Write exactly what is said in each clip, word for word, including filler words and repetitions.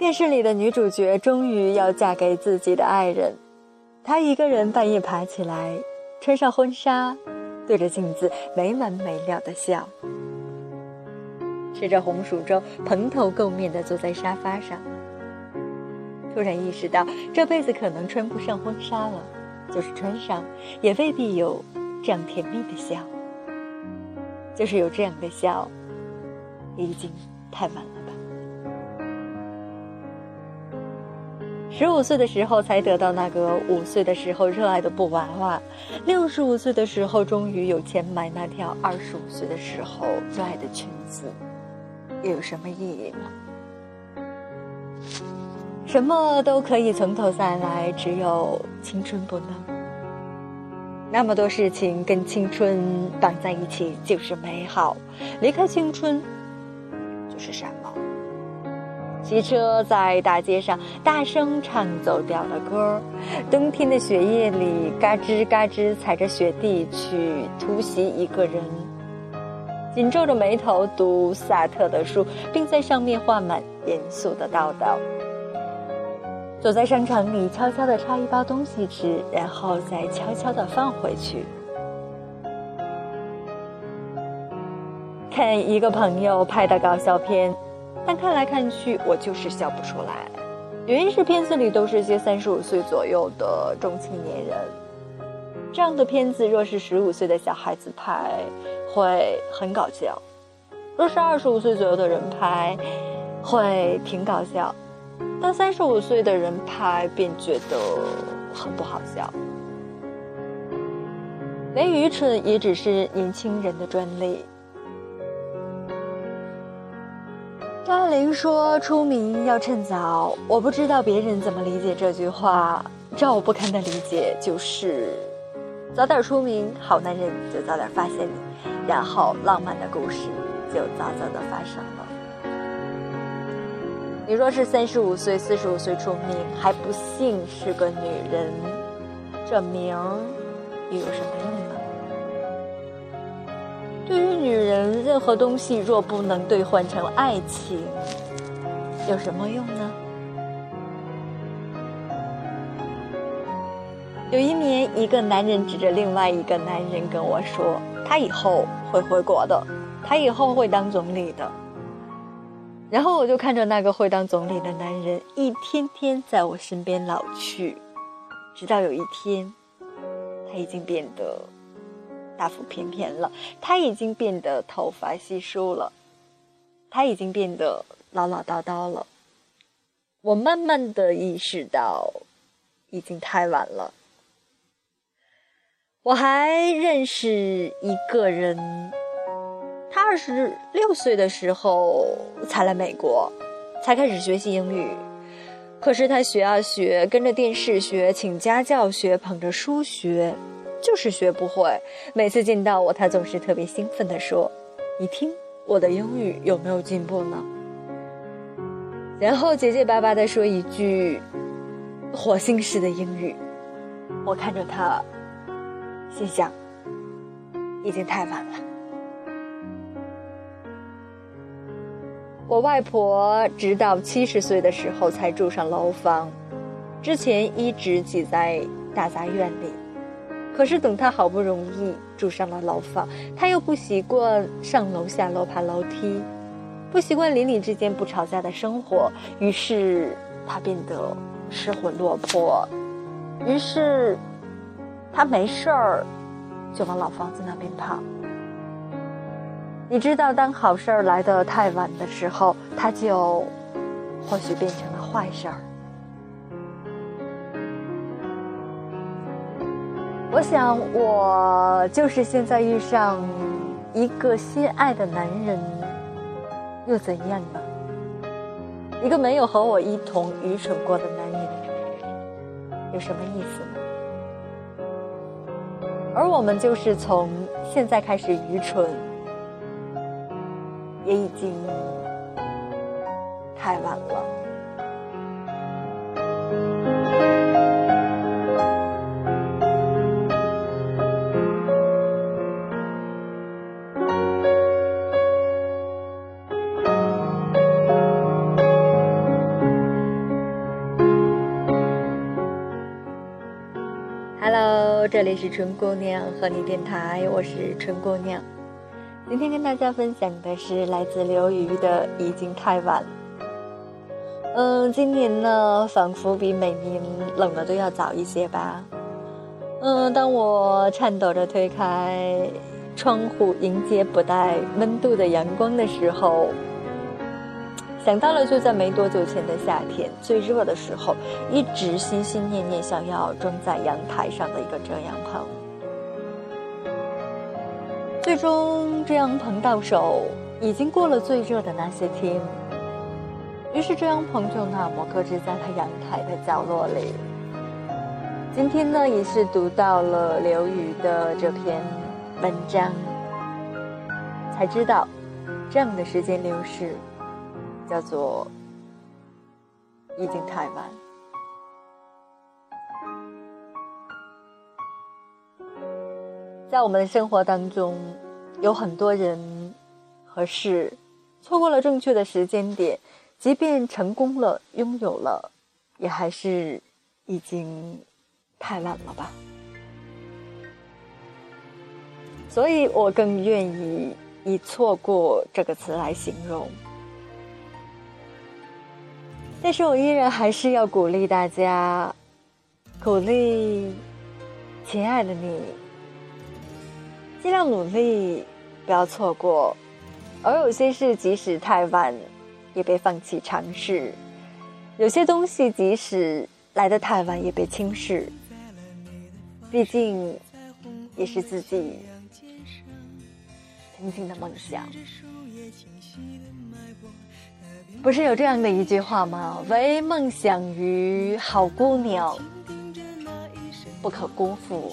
电视里的女主角终于要嫁给自己的爱人，她一个人半夜爬起来，穿上婚纱，对着镜子没完没了地笑，吃着红薯粥，蓬头垢面地坐在沙发上。突然意识到这辈子可能穿不上婚纱了，就是穿上也未必有这样甜蜜的笑，就是有这样的笑已经太晚了吧。十五岁的时候才得到那个五岁的时候热爱的布娃娃，六十五岁的时候终于有钱买那条二十五岁的时候热爱的裙子，又有什么意义呢？什么都可以从头再来，只有青春不能。那么多事情跟青春绑在一起就是美好，离开青春就是山猫。骑车在大街上大声唱走调的歌，冬天的雪夜里嘎吱嘎吱踩着雪地去突袭一个人，紧皱着眉头读萨特的书，并在上面画满严肃的叨叨。走在商场里悄悄地插一包东西吃，然后再悄悄地放回去。看一个朋友拍的搞笑片，但看来看去我就是笑不出来，原因是片子里都是些三十五岁左右的中青年人。这样的片子若是十五岁的小孩子拍会很搞笑，若是二十五岁左右的人拍会挺搞笑，但三十五岁的人拍便觉得很不好笑。连愚蠢也只是年轻人的专利。张爱玲说出名要趁早，我不知道别人怎么理解这句话，照我不堪的理解就是早点出名，好男人就早点发现你，然后浪漫的故事就早早的发生了。你若是三十五岁四十五岁出名还不幸是个女人，这名又有什么用呢？对于女人，任何东西若不能兑换成爱情，有什么用呢？有一年，一个男人指着另外一个男人跟我说，他以后会回国的，他以后会当总理的。然后我就看着那个会当总理的男人一天天在我身边老去，直到有一天他已经变得大腹便便了，他已经变得头发稀疏了，他已经变得唠唠叨叨了。我慢慢的意识到已经太晚了。我还认识一个人，他二十六岁的时候才来美国，才开始学习英语。可是他学啊学，跟着电视学，请家教学，捧着书学，就是学不会。每次见到我，他总是特别兴奋地说，你听我的英语有没有进步呢？然后结结巴巴地说一句火星式的英语。我看着他心想，已经太晚了。我外婆直到七十岁的时候才住上楼房，之前一直挤在大杂院里。可是等她好不容易住上了楼房，她又不习惯上楼下楼爬楼梯，不习惯邻里之间不吵架的生活，于是她变得失魂落魄。于是她没事儿就往老房子那边跑。你知道，当好事儿来得太晚的时候，它就或许变成了坏事儿。我想，我就是现在遇上一个心爱的男人，又怎样呢？一个没有和我一同愚蠢过的男人，有什么意思呢？而我们就是从现在开始愚蠢，也已经太晚了。 Hello， 这里是春姑娘和你电台，我是春姑娘。今天跟大家分享的是来自刘瑜的《已经太晚》。嗯，今年呢，仿佛比每年冷的都要早一些吧。嗯，当我颤抖着推开窗户迎接不带温度的阳光的时候，想到了就在没多久前的夏天最热的时候，一直心心念念想要装在阳台上的一个遮阳棚。最终遮阳棚到手，已经过了最热的那些天，于是遮阳棚就那么搁置在了阳台的角落里。今天呢，也是读到了刘瑜的这篇文章，才知道这样的时间流逝叫做已经太晚。在我们的生活当中，有很多人和事错过了正确的时间点，即便成功了拥有了，也还是已经太晚了吧。所以我更愿意以错过这个词来形容。但是我依然还是要鼓励大家，鼓励亲爱的你，尽量努力，不要错过。而有些事即使太晚，也别放弃尝试；有些东西即使来得太晚，也别轻视。毕竟也是自己曾经的梦想。不是有这样的一句话吗？唯梦想于好姑娘，不可辜负。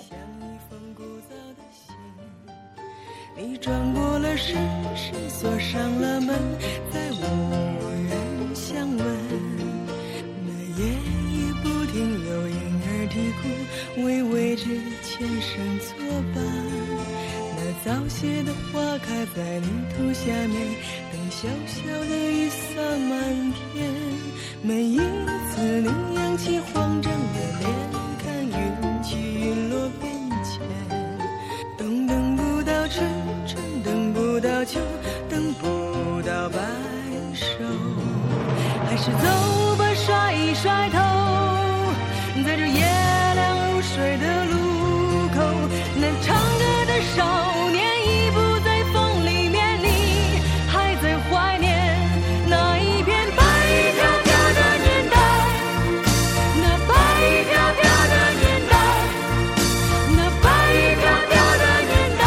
你转过了身，是锁上了门，再无人相问。那夜已不停有婴儿啼哭，为未知的前生作伴。那早谢的花开在泥土下面，等小小的雨洒满天。每一次你扬起慌张的脸，看云起云落变迁。等等不到春，春等不到秋，等不到白首，还是走吧，甩一甩头，在这夜凉如水的路口，那唱歌的少年已不在风里面，你还在怀念那一片白飘飘的年代，那白飘飘的年代，那白飘飘的年代，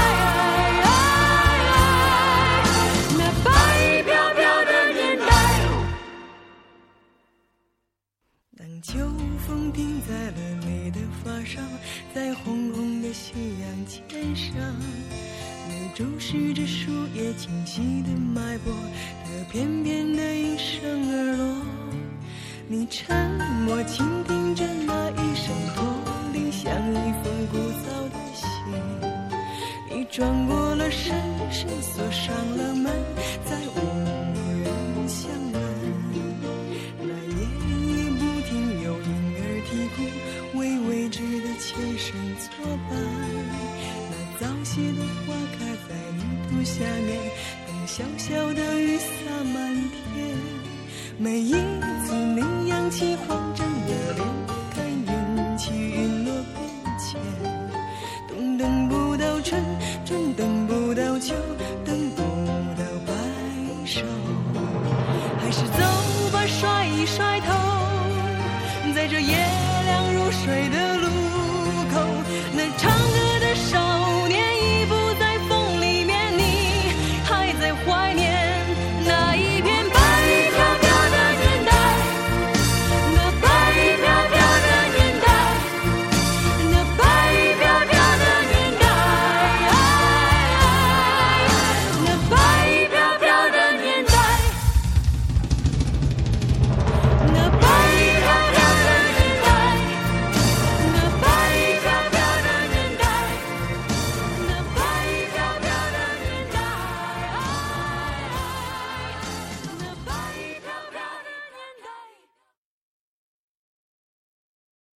那白飘飘的年代。当秋风停在了你的发梢，在红红的夕阳肩上，你注视着树叶清晰的脉搏，它翩翩的应声而落。你沉默倾听着那一声驼铃，像一封古早的信。你转过了身，是锁上了门，再无人相问。那夜已不停有婴儿啼哭，为未知的前生作伴。那早谢的花开在泥土下面，等小小的雨洒满天。每一次你扬起慌张的脸，